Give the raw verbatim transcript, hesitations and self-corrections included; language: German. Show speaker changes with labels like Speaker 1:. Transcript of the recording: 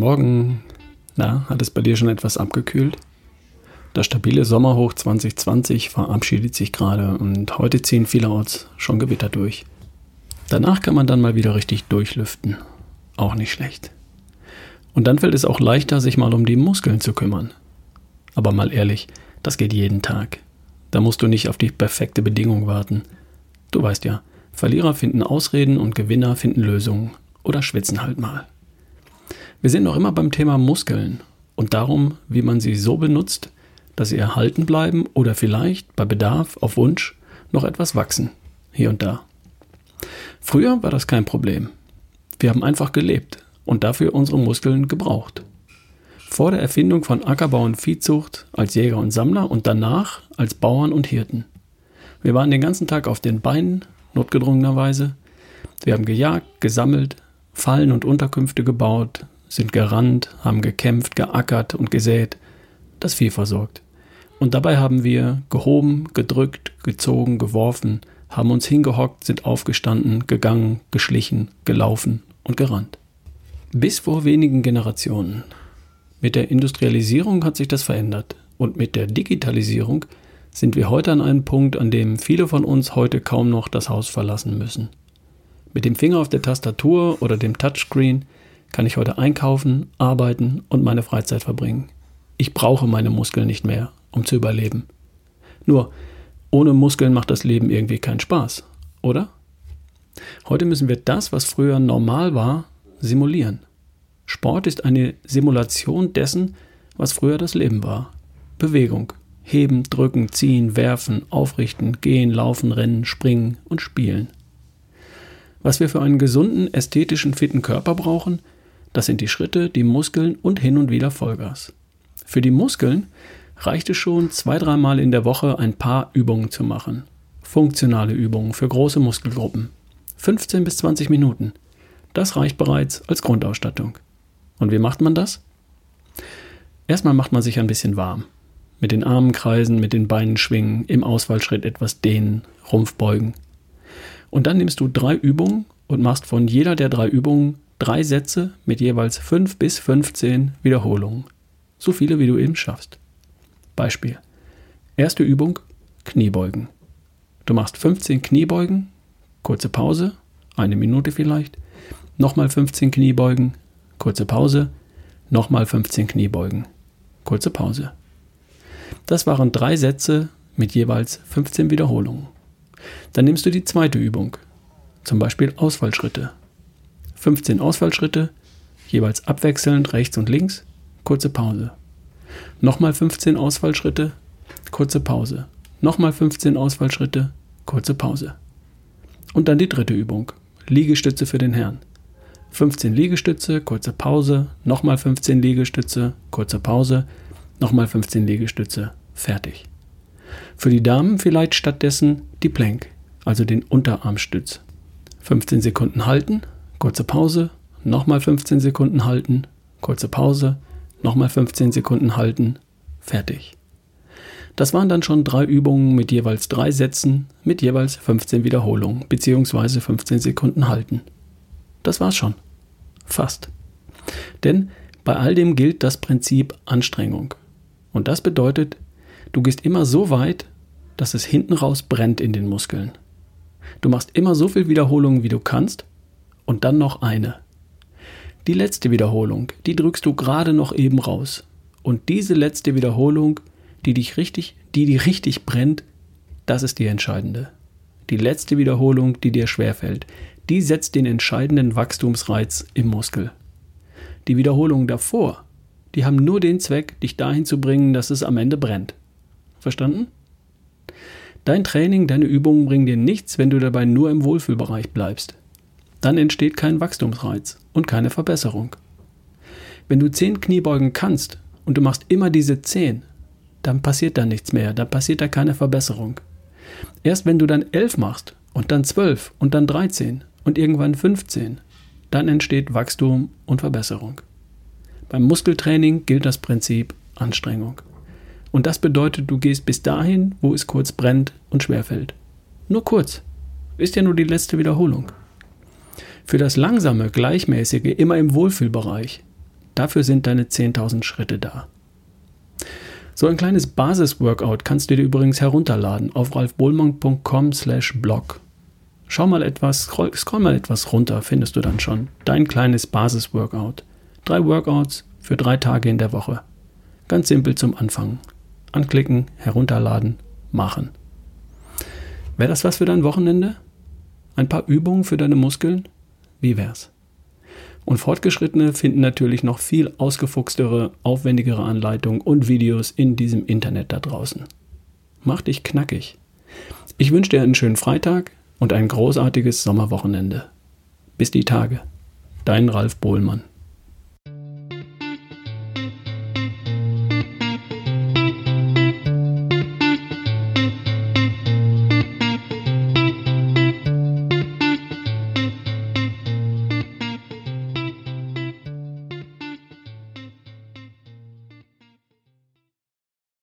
Speaker 1: Morgen. Na, hat es bei dir schon etwas abgekühlt? Das stabile Sommerhoch zwanzig zwanzig verabschiedet sich gerade und heute ziehen vielerorts schon Gewitter durch. Danach kann man dann mal wieder richtig durchlüften. Auch nicht schlecht. Und dann fällt es auch leichter, sich mal um die Muskeln zu kümmern. Aber mal ehrlich, das geht jeden Tag. Da musst du nicht auf die perfekte Bedingung warten. Du weißt ja, Verlierer finden Ausreden und Gewinner finden Lösungen oder schwitzen halt mal. Wir sind noch immer beim Thema Muskeln und darum, wie man sie so benutzt, dass sie erhalten bleiben oder vielleicht bei Bedarf, auf Wunsch, noch etwas wachsen, hier und da. Früher war das kein Problem. Wir haben einfach gelebt und dafür unsere Muskeln gebraucht. Vor der Erfindung von Ackerbau und Viehzucht als Jäger und Sammler und danach als Bauern und Hirten. Wir waren den ganzen Tag auf den Beinen, notgedrungenerweise. Wir haben gejagt, gesammelt, Fallen und Unterkünfte gebaut, sind gerannt, haben gekämpft, geackert und gesät, das Vieh versorgt. Und dabei haben wir gehoben, gedrückt, gezogen, geworfen, haben uns hingehockt, sind aufgestanden, gegangen, geschlichen, gelaufen und gerannt. Bis vor wenigen Generationen. Mit der Industrialisierung hat sich das verändert und mit der Digitalisierung sind wir heute an einem Punkt, an dem viele von uns heute kaum noch das Haus verlassen müssen. Mit dem Finger auf der Tastatur oder dem Touchscreen kann ich heute einkaufen, arbeiten und meine Freizeit verbringen. Ich brauche meine Muskeln nicht mehr, um zu überleben. Nur, ohne Muskeln macht das Leben irgendwie keinen Spaß, oder? Heute müssen wir das, was früher normal war, simulieren. Sport ist eine Simulation dessen, was früher das Leben war. Bewegung. Heben, drücken, ziehen, werfen, aufrichten, gehen, laufen, rennen, springen und spielen. Was wir für einen gesunden, ästhetischen, fitten Körper brauchen, das sind die Schritte, die Muskeln und hin und wieder Vollgas. Für die Muskeln reicht es schon, zwei, dreimal in der Woche ein paar Übungen zu machen. Funktionale Übungen für große Muskelgruppen. fünfzehn bis zwanzig Minuten. Das reicht bereits als Grundausstattung. Und wie macht man das? Erstmal macht man sich ein bisschen warm. Mit den Armen kreisen, mit den Beinen schwingen, im Ausfallschritt etwas dehnen, Rumpf beugen. Und dann nimmst du drei Übungen und machst von jeder der drei Übungen drei Sätze mit jeweils fünf bis fünfzehn Wiederholungen. So viele, wie du eben schaffst. Beispiel. Erste Übung, Kniebeugen. Du machst fünfzehn Kniebeugen, kurze Pause, eine Minute vielleicht, nochmal fünfzehn Kniebeugen, kurze Pause, nochmal fünfzehn Kniebeugen, kurze Pause. Das waren drei Sätze mit jeweils fünfzehn Wiederholungen. Dann nimmst du die zweite Übung, zum Beispiel Ausfallschritte. fünfzehn Ausfallschritte, jeweils abwechselnd rechts und links, kurze Pause. Nochmal fünfzehn Ausfallschritte, kurze Pause. Nochmal fünfzehn Ausfallschritte, kurze Pause. Und dann die dritte Übung, Liegestütze für den Herrn. fünfzehn Liegestütze, kurze Pause, nochmal fünfzehn Liegestütze, kurze Pause, nochmal fünfzehn Liegestütze, fertig. Für die Damen vielleicht stattdessen die Plank, also den Unterarmstütz. fünfzehn Sekunden halten, kurze Pause, nochmal fünfzehn Sekunden halten, kurze Pause, nochmal fünfzehn Sekunden halten, fertig. Das waren dann schon drei Übungen mit jeweils drei Sätzen, mit jeweils fünfzehn Wiederholungen bzw. fünfzehn Sekunden halten. Das war's schon. Fast. Denn bei all dem gilt das Prinzip Anstrengung. Und das bedeutet, du gehst immer so weit, dass es hinten raus brennt in den Muskeln. Du machst immer so viel Wiederholungen, wie du kannst und dann noch eine. Die letzte Wiederholung, die drückst du gerade noch eben raus. Und diese letzte Wiederholung, die dich richtig, die dir richtig brennt, das ist die entscheidende. Die letzte Wiederholung, die dir schwerfällt, die setzt den entscheidenden Wachstumsreiz im Muskel. Die Wiederholungen davor, die haben nur den Zweck, dich dahin zu bringen, dass es am Ende brennt. Verstanden? Dein Training, deine Übungen bringen dir nichts, wenn du dabei nur im Wohlfühlbereich bleibst. Dann entsteht kein Wachstumsreiz und keine Verbesserung. Wenn du zehn Kniebeugen kannst und du machst immer diese zehn, dann passiert da nichts mehr, dann passiert da keine Verbesserung. Erst wenn du dann elf machst und dann zwölf und dann dreizehn und irgendwann fünfzehn, dann entsteht Wachstum und Verbesserung. Beim Muskeltraining gilt das Prinzip Anstrengung. Und das bedeutet, du gehst bis dahin, wo es kurz brennt und schwerfällt. Nur kurz. Ist ja nur die letzte Wiederholung. Für das langsame, gleichmäßige, immer im Wohlfühlbereich, Dafür sind deine zehntausend Schritte da. So ein kleines Basis-Workout kannst du dir übrigens herunterladen auf ralfbohlmann punkt com slash blog. Schau mal etwas, scroll, scroll mal etwas runter, findest du dann schon. Dein kleines Basis-Workout. Drei Workouts für drei Tage in der Woche. Ganz simpel zum Anfangen. Anklicken, herunterladen, machen. Wäre das was für dein Wochenende? Ein paar Übungen für deine Muskeln? Wie wär's? Und Fortgeschrittene finden natürlich noch viel ausgefuchstere, aufwendigere Anleitungen und Videos in diesem Internet da draußen. Mach dich knackig. Ich wünsche dir einen schönen Freitag und ein großartiges Sommerwochenende. Bis die Tage. Dein Ralf Bohlmann.